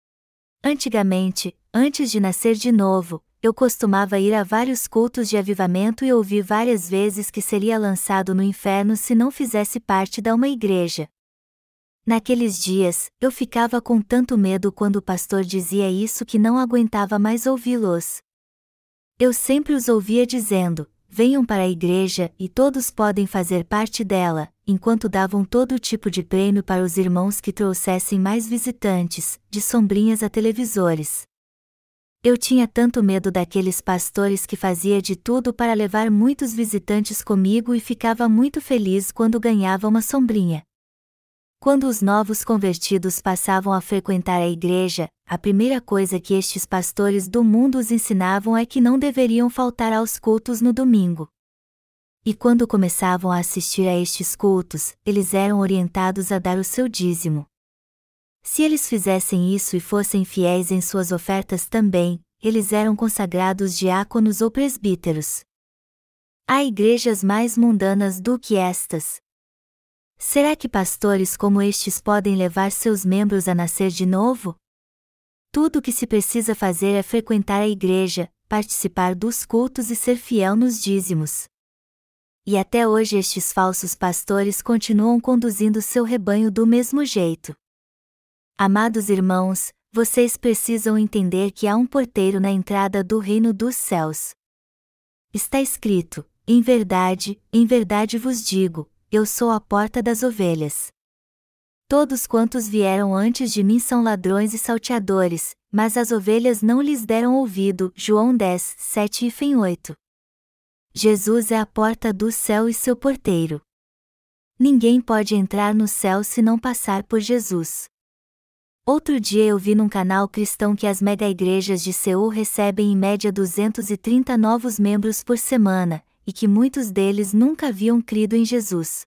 Antigamente, antes de nascer de novo, eu costumava ir a vários cultos de avivamento e ouvi várias vezes que seria lançado no inferno se não fizesse parte de uma igreja. Naqueles dias, eu ficava com tanto medo quando o pastor dizia isso que não aguentava mais ouvi-los. Eu sempre os ouvia dizendo: venham para a igreja e todos podem fazer parte dela, enquanto davam todo tipo de prêmio para os irmãos que trouxessem mais visitantes, de sombrinhas a televisores. Eu tinha tanto medo daqueles pastores que fazia de tudo para levar muitos visitantes comigo e ficava muito feliz quando ganhava uma sombrinha. Quando os novos convertidos passavam a frequentar a igreja, a primeira coisa que estes pastores do mundo os ensinavam é que não deveriam faltar aos cultos no domingo. E quando começavam a assistir a estes cultos, eles eram orientados a dar o seu dízimo. Se eles fizessem isso e fossem fiéis em suas ofertas também, eles eram consagrados diáconos ou presbíteros. Há igrejas mais mundanas do que estas. Será que pastores como estes podem levar seus membros a nascer de novo? Tudo o que se precisa fazer é frequentar a igreja, participar dos cultos e ser fiel nos dízimos. E até hoje estes falsos pastores continuam conduzindo seu rebanho do mesmo jeito. Amados irmãos, vocês precisam entender que há um porteiro na entrada do reino dos céus. Está escrito: em verdade vos digo, eu sou a porta das ovelhas. Todos quantos vieram antes de mim são ladrões e salteadores, mas as ovelhas não lhes deram ouvido. João 10, 7 e 8. Jesus é a porta do céu e seu porteiro. Ninguém pode entrar no céu se não passar por Jesus. Outro dia eu vi num canal cristão que as mega-igrejas de Seul recebem em média 230 novos membros por semana, e que muitos deles nunca haviam crido em Jesus.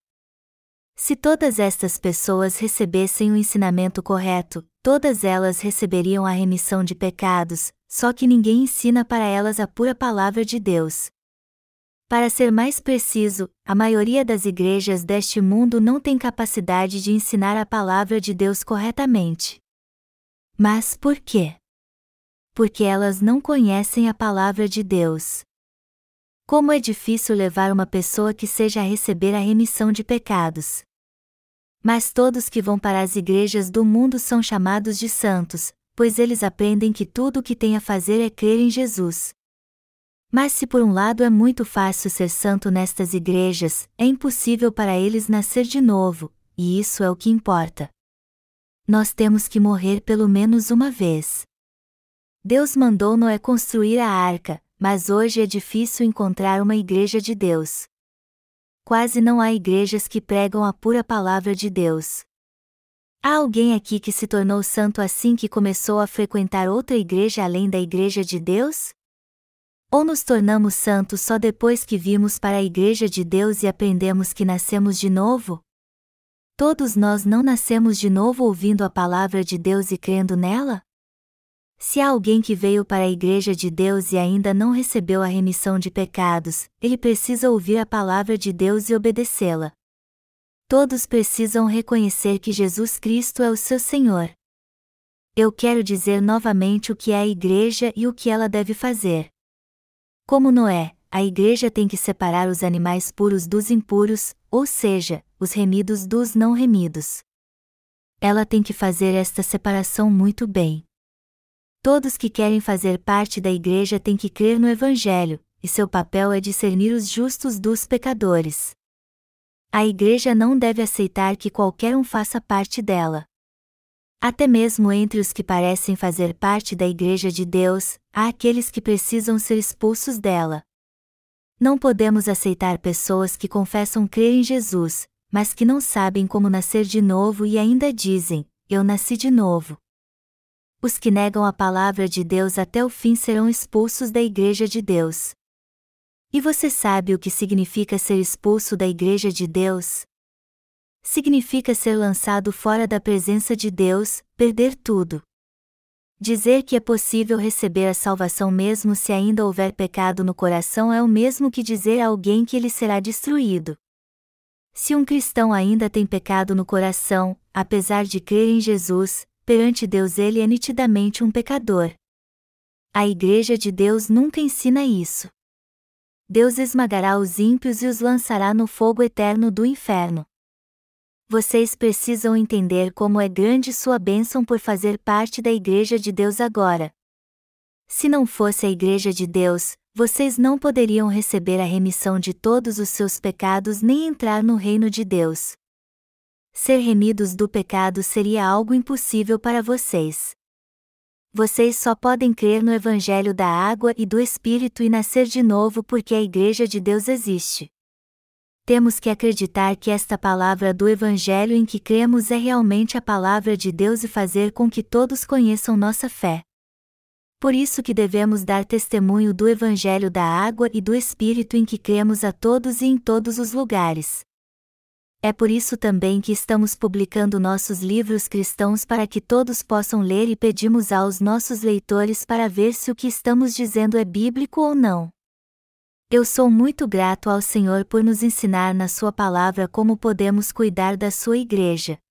Se todas estas pessoas recebessem o ensinamento correto, todas elas receberiam a remissão de pecados, só que ninguém ensina para elas a pura palavra de Deus. Para ser mais preciso, a maioria das igrejas deste mundo não tem capacidade de ensinar a palavra de Deus corretamente. Mas por quê? Porque elas não conhecem a palavra de Deus. Como é difícil levar uma pessoa que seja a receber a remissão de pecados. Mas todos que vão para as igrejas do mundo são chamados de santos, pois eles aprendem que tudo o que tem a fazer é crer em Jesus. Mas se por um lado é muito fácil ser santo nestas igrejas, é impossível para eles nascer de novo, e isso é o que importa. Nós temos que morrer pelo menos uma vez. Deus mandou Noé construir a arca, mas hoje é difícil encontrar uma igreja de Deus. Quase não há igrejas que pregam a pura palavra de Deus. Há alguém aqui que se tornou santo assim que começou a frequentar outra igreja além da igreja de Deus? Ou nos tornamos santos só depois que vimos para a igreja de Deus e aprendemos que nascemos de novo? Todos nós não nascemos de novo ouvindo a palavra de Deus e crendo nela? Se há alguém que veio para a igreja de Deus e ainda não recebeu a remissão de pecados, ele precisa ouvir a palavra de Deus e obedecê-la. Todos precisam reconhecer que Jesus Cristo é o seu Senhor. Eu quero dizer novamente o que é a igreja e o que ela deve fazer. Como Noé, a igreja tem que separar os animais puros dos impuros, ou seja, os remidos dos não remidos. Ela tem que fazer esta separação muito bem. Todos que querem fazer parte da igreja têm que crer no Evangelho, e seu papel é discernir os justos dos pecadores. A igreja não deve aceitar que qualquer um faça parte dela. Até mesmo entre os que parecem fazer parte da Igreja de Deus, há aqueles que precisam ser expulsos dela. Não podemos aceitar pessoas que confessam crer em Jesus, mas que não sabem como nascer de novo e ainda dizem: "Eu nasci de novo". Os que negam a palavra de Deus até o fim serão expulsos da Igreja de Deus. E você sabe o que significa ser expulso da Igreja de Deus? Significa ser lançado fora da presença de Deus, perder tudo. Dizer que é possível receber a salvação mesmo se ainda houver pecado no coração é o mesmo que dizer a alguém que ele será destruído. Se um cristão ainda tem pecado no coração, apesar de crer em Jesus, perante Deus ele é nitidamente um pecador. A Igreja de Deus nunca ensina isso. Deus esmagará os ímpios e os lançará no fogo eterno do inferno. Vocês precisam entender como é grande sua bênção por fazer parte da Igreja de Deus agora. Se não fosse a Igreja de Deus, vocês não poderiam receber a remissão de todos os seus pecados nem entrar no reino de Deus. Ser remidos do pecado seria algo impossível para vocês. Vocês só podem crer no Evangelho da água e do Espírito e nascer de novo porque a Igreja de Deus existe. Temos que acreditar que esta palavra do Evangelho em que cremos é realmente a palavra de Deus e fazer com que todos conheçam nossa fé. Por isso que devemos dar testemunho do Evangelho da água e do Espírito em que cremos a todos e em todos os lugares. É por isso também que estamos publicando nossos livros cristãos para que todos possam ler e pedimos aos nossos leitores para ver se o que estamos dizendo é bíblico ou não. Eu sou muito grato ao Senhor por nos ensinar na Sua palavra como podemos cuidar da Sua Igreja.